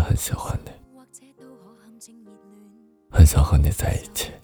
很喜欢你，很想和你在一起。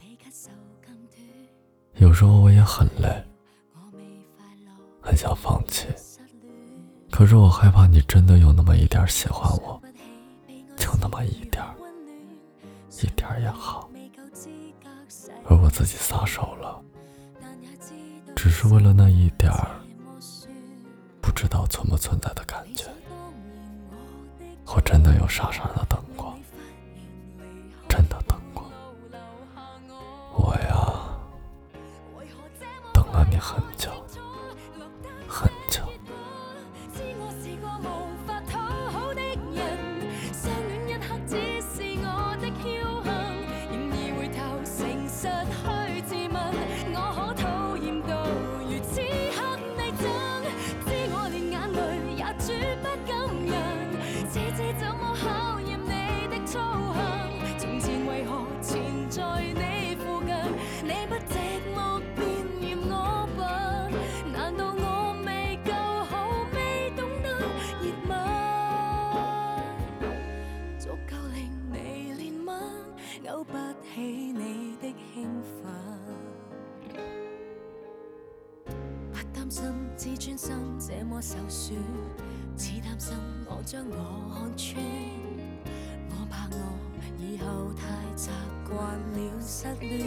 有时候我也很累，很想放弃，可是我害怕你真的有那么一点喜欢我，就那么一点也好，而我自己撒手了，只是为了那一点不知道存不存在的感觉。我真的有傻傻的等过，真的等过。我呀，等了你很久很久。 勾不起你的兴奋，不担心自尊心这么受损，只担心我将我看穿。我怕我以后太习惯了失恋，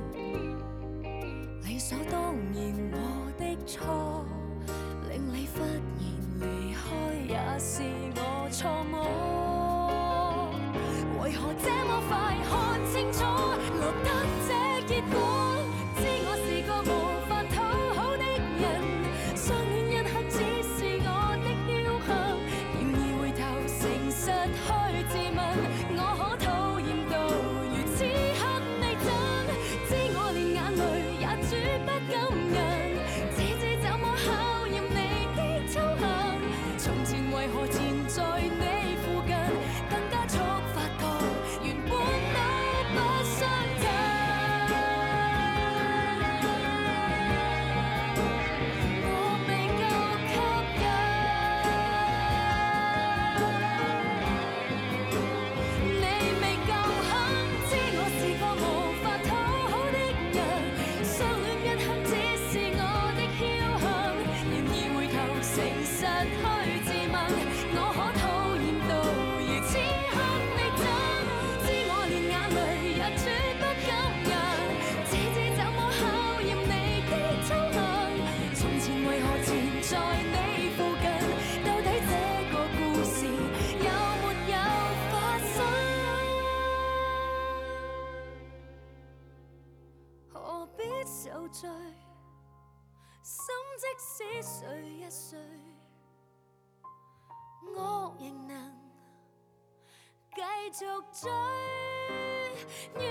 理所当然我的错，令你忽然离开也是我错误。为何这么快看清楚，落得这结果？知我是个无法討好的人，相戀一刻只是我的僥倖，然而回頭誠實去自問，我可討厭到如此刻你真，知我連眼淚也絕不感人，這怎麼考驗你的操行？從前為何纏在你附近，更加速發覺原本都不相近。我未夠吸引，你未夠狠，知我是個無法討好的人，相戀一刻只是我的僥倖，然而回頭誠實去自問，我可討厭到如此刻你真，知我連眼淚也絕不感人，這怎麼考驗你的操行？從前為何纏在你附近？到底這個故事有沒有發生？何必受罪？心即使碎一碎，我仍能繼續追。